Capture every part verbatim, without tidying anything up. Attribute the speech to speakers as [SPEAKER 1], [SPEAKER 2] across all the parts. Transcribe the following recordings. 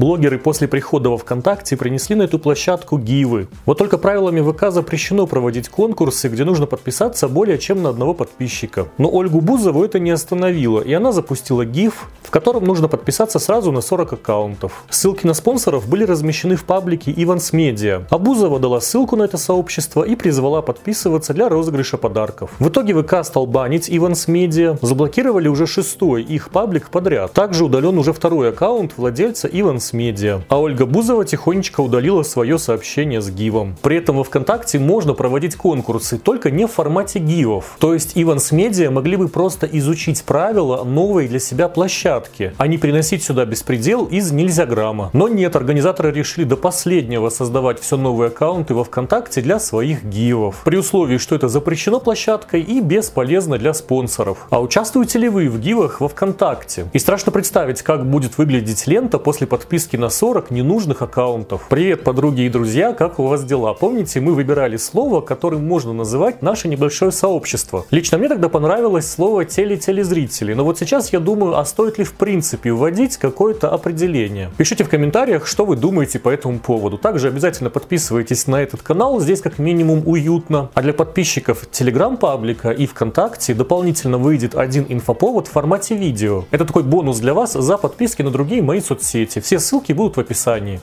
[SPEAKER 1] Блогеры после прихода во ВКонтакте принесли на эту площадку гивы. Вот только правилами ВК запрещено проводить конкурсы, где нужно подписаться более чем на одного подписчика. Но Ольгу Бузову это не остановило, и она запустила гиф, в котором нужно подписаться сразу на сорок аккаунтов. Ссылки на спонсоров были размещены в паблике Иванс Медиа, а Бузова дала ссылку на это сообщество и призвала подписываться для розыгрыша подарков. В итоге ВК стал банить Иванс Медиа, заблокировали уже шестой их паблик подряд. Также удален уже второй аккаунт владельца Иванс Медиа, а Ольга Бузова тихонечко удалила свое сообщение с гивом. При этом во ВКонтакте можно проводить конкурсы, только не в формате гивов. То есть Иванс Медиа могли бы просто изучить правила новой для себя площадки, а не приносить сюда беспредел из нельзяграмма. Но нет, организаторы решили до последнего создавать все новые аккаунты во ВКонтакте для своих гивов. При условии, что это запрещено площадкой и бесполезно для спонсоров. А участвуете ли вы в гивах во ВКонтакте? И страшно представить, как будет выглядеть лента после подписки на сорок ненужных аккаунтов. Привет, подруги и друзья, как у вас дела? Помните, мы выбирали слово, которым можно называть наше небольшое сообщество. Лично мне тогда понравилось слово теле-телезрители, но вот сейчас я думаю, а стоит ли в принципе вводить какое-то определение? Пишите в комментариях, что вы думаете по этому поводу. Также обязательно подписывайтесь на этот канал, здесь как минимум уютно. А для подписчиков телеграм-паблика и ВКонтакте дополнительно выйдет один инфоповод в формате видео. Это такой бонус для вас за подписки на другие мои соцсети. Все ссылки будут в описании.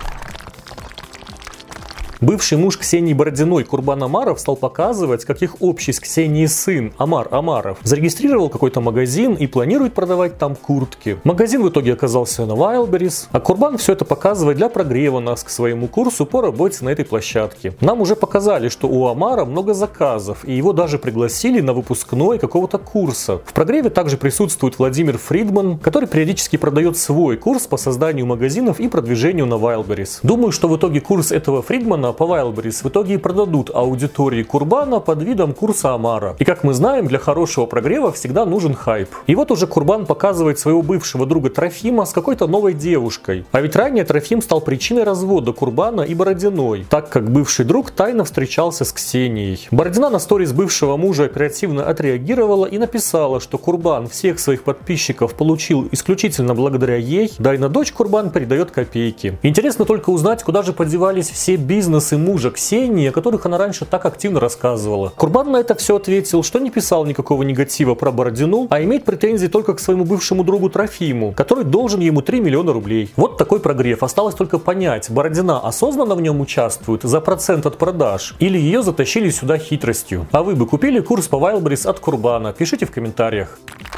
[SPEAKER 1] Бывший муж Ксении Бородиной Курбан Омаров стал показывать, как их общий с Ксенией сын Омар Омаров зарегистрировал какой-то магазин и планирует продавать там куртки. Магазин в итоге оказался на Wildberries, а Курбан все это показывает для прогрева нас к своему курсу по работе на этой площадке. Нам уже показали, что у Омара много заказов, и его даже пригласили на выпускной какого-то курса. В прогреве также присутствует Владимир Фридман, который периодически продает свой курс по созданию магазинов и продвижению на Wildberries. Думаю, что в итоге курс этого Фридмана по Wildberries в итоге и продадут аудитории Курбана под видом курса Омара. И как мы знаем, для хорошего прогрева всегда нужен хайп. И вот уже Курбан показывает своего бывшего друга Трофима с какой-то новой девушкой. А ведь ранее Трофим стал причиной развода Курбана и Бородиной, так как бывший друг тайно встречался с Ксенией. Бородина на сторис бывшего мужа оперативно отреагировала и написала, что Курбан всех своих подписчиков получил исключительно благодаря ей, да и на дочь Курбан передает копейки. Интересно только узнать, куда же подевались все бизнесы мужа Ксении, о которых она раньше так активно рассказывала. Курбан на это все ответил, что не писал никакого негатива про Бородину, а имеет претензии только к своему бывшему другу Трофиму, который должен ему три миллиона рублей. Вот такой прогрев. Осталось только понять, Бородина осознанно в нем участвует за процент от продаж или ее затащили сюда хитростью. А вы бы купили курс по Wildberries от Курбана? Пишите в комментариях.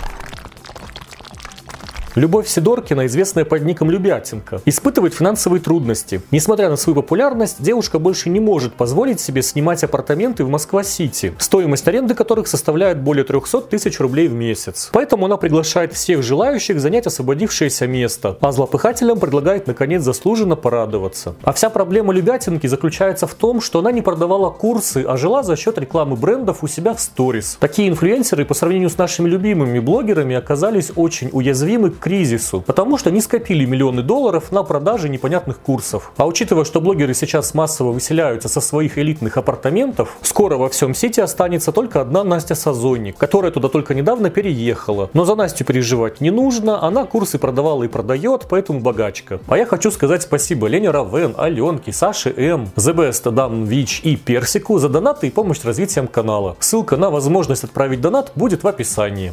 [SPEAKER 1] Любовь Сидоркина, известная под ником Любятинка, испытывает финансовые трудности. Несмотря на свою популярность, девушка больше не может позволить себе снимать апартаменты в Москва-Сити, стоимость аренды которых составляет более трехсот тысяч рублей в месяц. Поэтому она приглашает всех желающих занять освободившееся место, а злопыхателям предлагает наконец заслуженно порадоваться. А вся проблема Любятинки заключается в том, что она не продавала курсы, а жила за счет рекламы брендов у себя в сторис. Такие инфлюенсеры по сравнению с нашими любимыми блогерами оказались очень уязвимы к кризису, потому что не скопили миллионы долларов на продаже непонятных курсов. А учитывая, что блогеры сейчас массово выселяются со своих элитных апартаментов, скоро во всем Сити останется только одна Настя Сазонник, которая туда только недавно переехала. Но за Настю переживать не нужно, она курсы продавала и продает, поэтому богачка. А я хочу сказать спасибо Лене Равен, Аленке, Саше М, The Best, Адам Вич и Персику за донаты и помощь с развитием канала. Ссылка на возможность отправить донат будет в описании.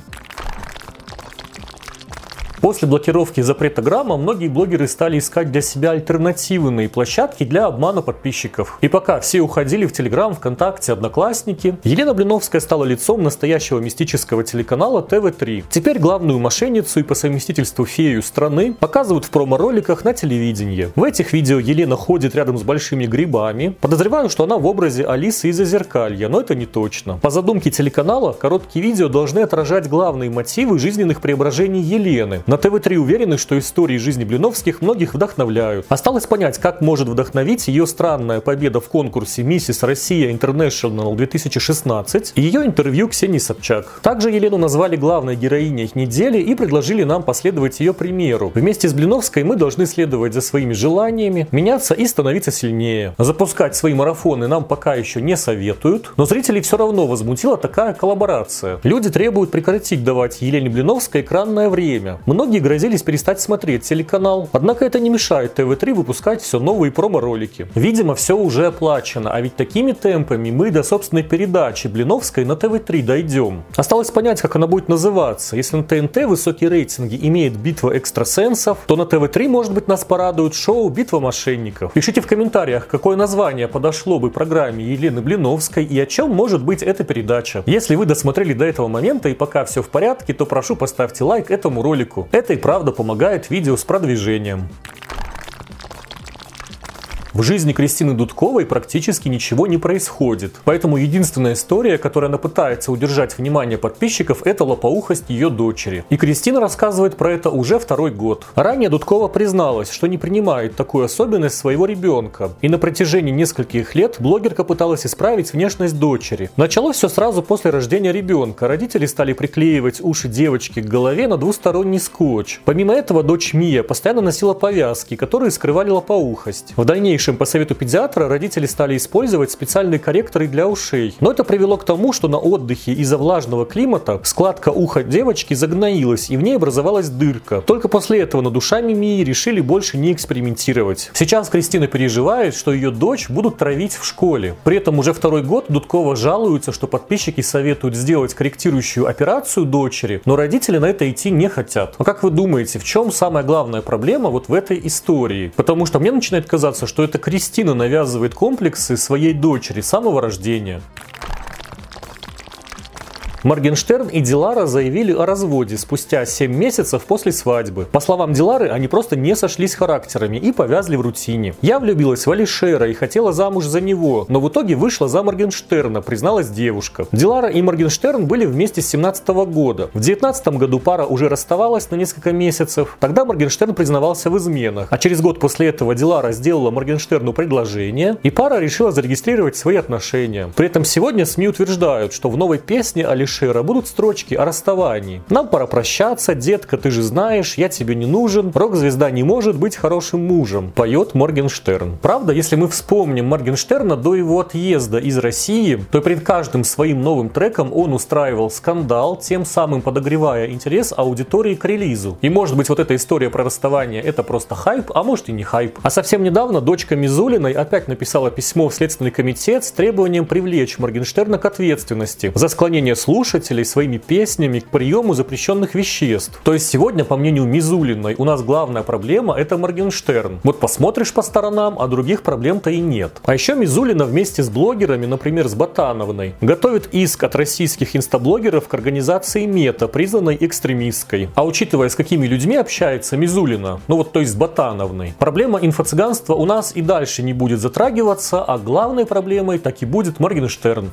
[SPEAKER 1] После блокировки и запрета грамма многие блогеры стали искать для себя альтернативные площадки для обмана подписчиков. И пока все уходили в Телеграм, ВКонтакте, Одноклассники, Елена Блиновская стала лицом настоящего мистического телеканала тэ вэ три. Теперь главную мошенницу и по совместительству фею страны показывают в промо-роликах на телевидении. В этих видео Елена ходит рядом с большими грибами. Подозреваю, что она в образе Алисы из Озеркалья, но это не точно. По задумке телеканала, короткие видео должны отражать главные мотивы жизненных преображений Елены. На тэ вэ три уверены, что истории жизни Блиновских многих вдохновляют. Осталось понять, как может вдохновить ее странная победа в конкурсе «Миссис Россия Интернешнл две тысячи шестнадцать» и ее интервью Ксении Собчак. Также Елену назвали главной героиней недели и предложили нам последовать ее примеру. Вместе с Блиновской мы должны следовать за своими желаниями, меняться и становиться сильнее. Запускать свои марафоны нам пока еще не советуют, но зрителей все равно возмутила такая коллаборация. Люди требуют прекратить давать Елене Блиновской экранное время. Многие грозились перестать смотреть телеканал, однако это не мешает тэ вэ три выпускать все новые промо-ролики. Видимо, все уже оплачено, а ведь такими темпами мы до собственной передачи Блиновской на тэ вэ три дойдем. Осталось понять, как она будет называться. Если на тэ эн тэ высокие рейтинги имеет «Битва экстрасенсов», то на тэ вэ три, может быть, нас порадует шоу «Битва мошенников». Пишите в комментариях, какое название подошло бы программе Елены Блиновской и о чем может быть эта передача. Если вы досмотрели до этого момента и пока все в порядке, то прошу, поставьте лайк этому ролику. Это и правда помогает видео с продвижением. В жизни Кристины Дудковой практически ничего не происходит. Поэтому единственная история, которой она пытается удержать внимание подписчиков, это лопоухость ее дочери. И Кристина рассказывает про это уже второй год. Ранее Дудкова призналась, что не принимает такую особенность своего ребенка. И на протяжении нескольких лет блогерка пыталась исправить внешность дочери. Началось все сразу после рождения ребенка. Родители стали приклеивать уши девочки к голове на двусторонний скотч. Помимо этого, дочь Мия постоянно носила повязки, которые скрывали лопоухость. В дальнейшем по совету педиатра родители стали использовать специальные корректоры для ушей. Но это привело к тому, что на отдыхе из-за влажного климата складка уха девочки загноилась и в ней образовалась дырка. Только после этого над ушами Мии решили больше не экспериментировать. Сейчас Кристина переживает, что ее дочь будут травить в школе. При этом уже второй год Дудкова жалуется, что подписчики советуют сделать корректирующую операцию дочери, но родители на это идти не хотят. Но как вы думаете, в чем самая главная проблема вот в этой истории? Потому что мне начинает казаться, что это Это Кристина навязывает комплексы своей дочери с самого рождения. Моргенштерн и Дилара заявили о разводе спустя семь месяцев после свадьбы. По словам Дилары, они просто не сошлись характерами и повязли в рутине. «Я влюбилась в Алишера и хотела замуж за него, но в итоге вышла за Моргенштерна», призналась девушка. Дилара и Моргенштерн были вместе с две тысячи семнадцатого года. В две тысячи девятнадцатом году пара уже расставалась на несколько месяцев. Тогда Моргенштерн признавался в изменах. А через год после этого Дилара сделала Моргенштерну предложение, и пара решила зарегистрировать свои отношения. При этом сегодня СМИ утверждают, что в новой песне Алишера будут строчки о расставании. «Нам пора прощаться, детка, ты же знаешь, я тебе не нужен, рок-звезда не может быть хорошим мужем», поет Моргенштерн. Правда, если мы вспомним Моргенштерна до его отъезда из России, то перед каждым своим новым треком он устраивал скандал, тем самым подогревая интерес аудитории к релизу. И может быть вот эта история про расставание это просто хайп, а может и не хайп. А совсем недавно дочка Мизулиной опять написала письмо в Следственный комитет с требованием привлечь Моргенштерна к ответственности за склонение слушателей своими песнями к приему запрещенных веществ. То есть сегодня, по мнению Мизулиной, у нас главная проблема это Моргенштерн. Вот посмотришь по сторонам, а других проблем-то и нет. А еще Мизулина вместе с блогерами, например, с Ботановной, готовит иск от российских инстаблогеров к организации Мета, признанной экстремистской. А учитывая, с какими людьми общается Мизулина, ну вот то есть с Ботановной, проблема инфо-цыганства у нас и дальше не будет затрагиваться, а главной проблемой так и будет Моргенштерн.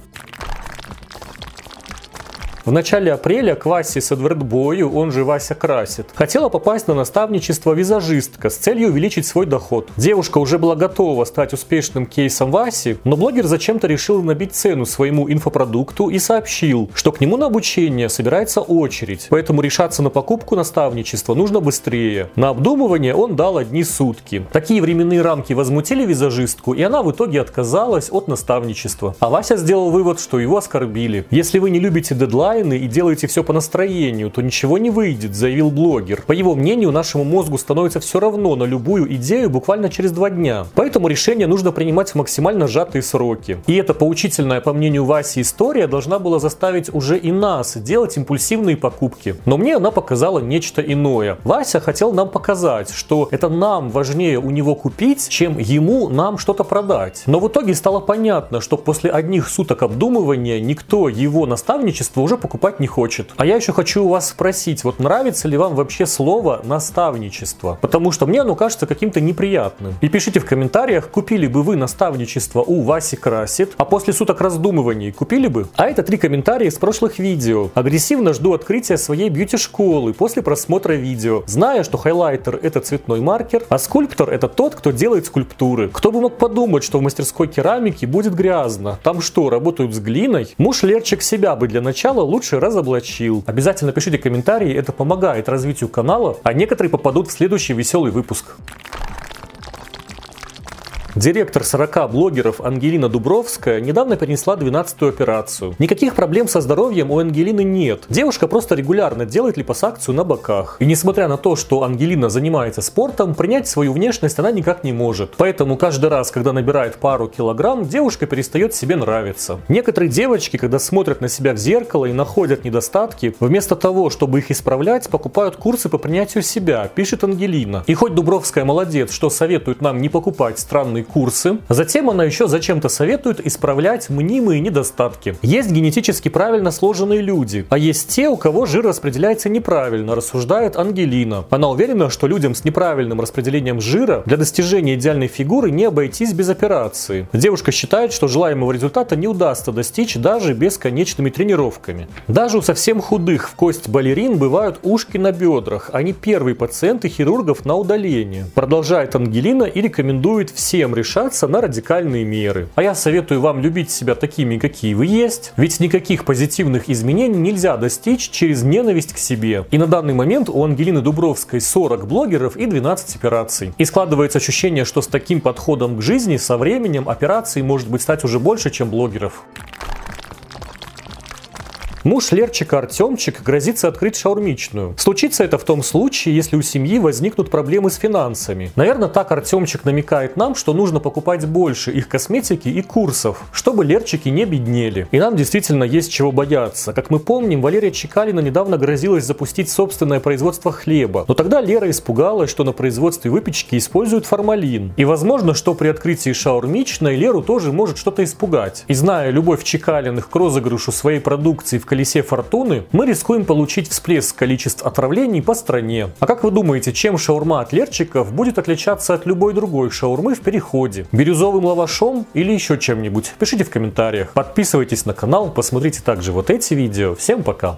[SPEAKER 1] В начале апреля к Васе Садвертбою, он же Вася Красит, хотела попасть на наставничество визажистка с целью увеличить свой доход. Девушка уже была готова стать успешным кейсом Васи, но блогер зачем-то решил набить цену своему инфопродукту и сообщил, что к нему на обучение собирается очередь, поэтому решаться на покупку наставничества нужно быстрее. На обдумывание он дал одни сутки. Такие временные рамки возмутили визажистку, и она в итоге отказалась от наставничества. А Вася сделал вывод, что его оскорбили. «Если вы не любите дедлайн и делаете все по настроению, то ничего не выйдет», заявил блогер. По его мнению, нашему мозгу становится все равно на любую идею буквально через два дня. Поэтому решение нужно принимать в максимально сжатые сроки. И эта поучительная, по мнению Васи, история должна была заставить уже и нас делать импульсивные покупки. Но мне она показала нечто иное. Вася хотел нам показать, что это нам важнее у него купить, чем ему нам что-то продать. Но в итоге стало понятно, что после одних суток обдумывания никто его наставничество уже покупать не хочет. А я еще хочу у вас спросить, вот нравится ли вам вообще слово наставничество? Потому что мне оно кажется каким-то неприятным. И пишите в комментариях, купили бы вы наставничество у Васи Красит, а после суток раздумываний купили бы? А это три комментария из прошлых видео. Агрессивно жду открытия своей бьюти-школы после просмотра видео, зная, что хайлайтер это цветной маркер, а скульптор это тот, кто делает скульптуры. Кто бы мог подумать, что в мастерской керамики будет грязно? Там что, работают с глиной? Муж Лерчик себя бы для начала лучше разоблачил. Обязательно пишите комментарии, это помогает развитию канала, а некоторые попадут в следующий веселый выпуск. Директор сорока блогеров Ангелина Дубровская недавно перенесла двенадцатую операцию. Никаких проблем со здоровьем у Ангелины нет. Девушка просто регулярно делает липосакцию на боках. И несмотря на то, что Ангелина занимается спортом, принять свою внешность она никак не может. Поэтому каждый раз, когда набирает пару килограмм, девушка перестает себе нравиться. Некоторые девочки, когда смотрят на себя в зеркало и находят недостатки, вместо того, чтобы их исправлять, покупают курсы по принятию себя, пишет Ангелина. И хоть Дубровская молодец, что советует нам не покупать странные курсы, затем она еще зачем-то советует исправлять мнимые недостатки. Есть генетически правильно сложенные люди, а есть те, у кого жир распределяется неправильно, рассуждает Ангелина. Она уверена, что людям с неправильным распределением жира для достижения идеальной фигуры не обойтись без операции. Девушка считает, что желаемого результата не удастся достичь даже бесконечными тренировками. Даже у совсем худых в кость балерин бывают ушки на бедрах. Они первые пациенты хирургов на удаление. Продолжает Ангелина и рекомендует всем решаться на радикальные меры. А я советую вам любить себя такими, какие вы есть, ведь никаких позитивных изменений нельзя достичь через ненависть к себе. И на данный момент у Ангелины Дубровской сорок блогеров и двенадцать операций. И складывается ощущение, что с таким подходом к жизни со временем операций может быть стать уже больше, чем блогеров. Муж Лерчика Артемчик грозится открыть шаурмичную. Случится это в том случае, если у семьи возникнут проблемы с финансами. Наверное, так Артемчик намекает нам, что нужно покупать больше их косметики и курсов, чтобы Лерчики не беднели. И нам действительно есть чего бояться. Как мы помним, Валерия Чекалина недавно грозилась запустить собственное производство хлеба. Но тогда Лера испугалась, что на производстве выпечки используют формалин. И возможно, что при открытии шаурмичной Леру тоже может что-то испугать. И зная любовь Чекалиных к розыгрышу своей продукции в колесе фортуны, мы рискуем получить всплеск количеств отравлений по стране. А как вы думаете, чем шаурма от Лерчиков будет отличаться от любой другой шаурмы в Переходе? Бирюзовым лавашом или еще чем-нибудь? Пишите в комментариях. Подписывайтесь на канал, посмотрите также вот эти видео. Всем пока!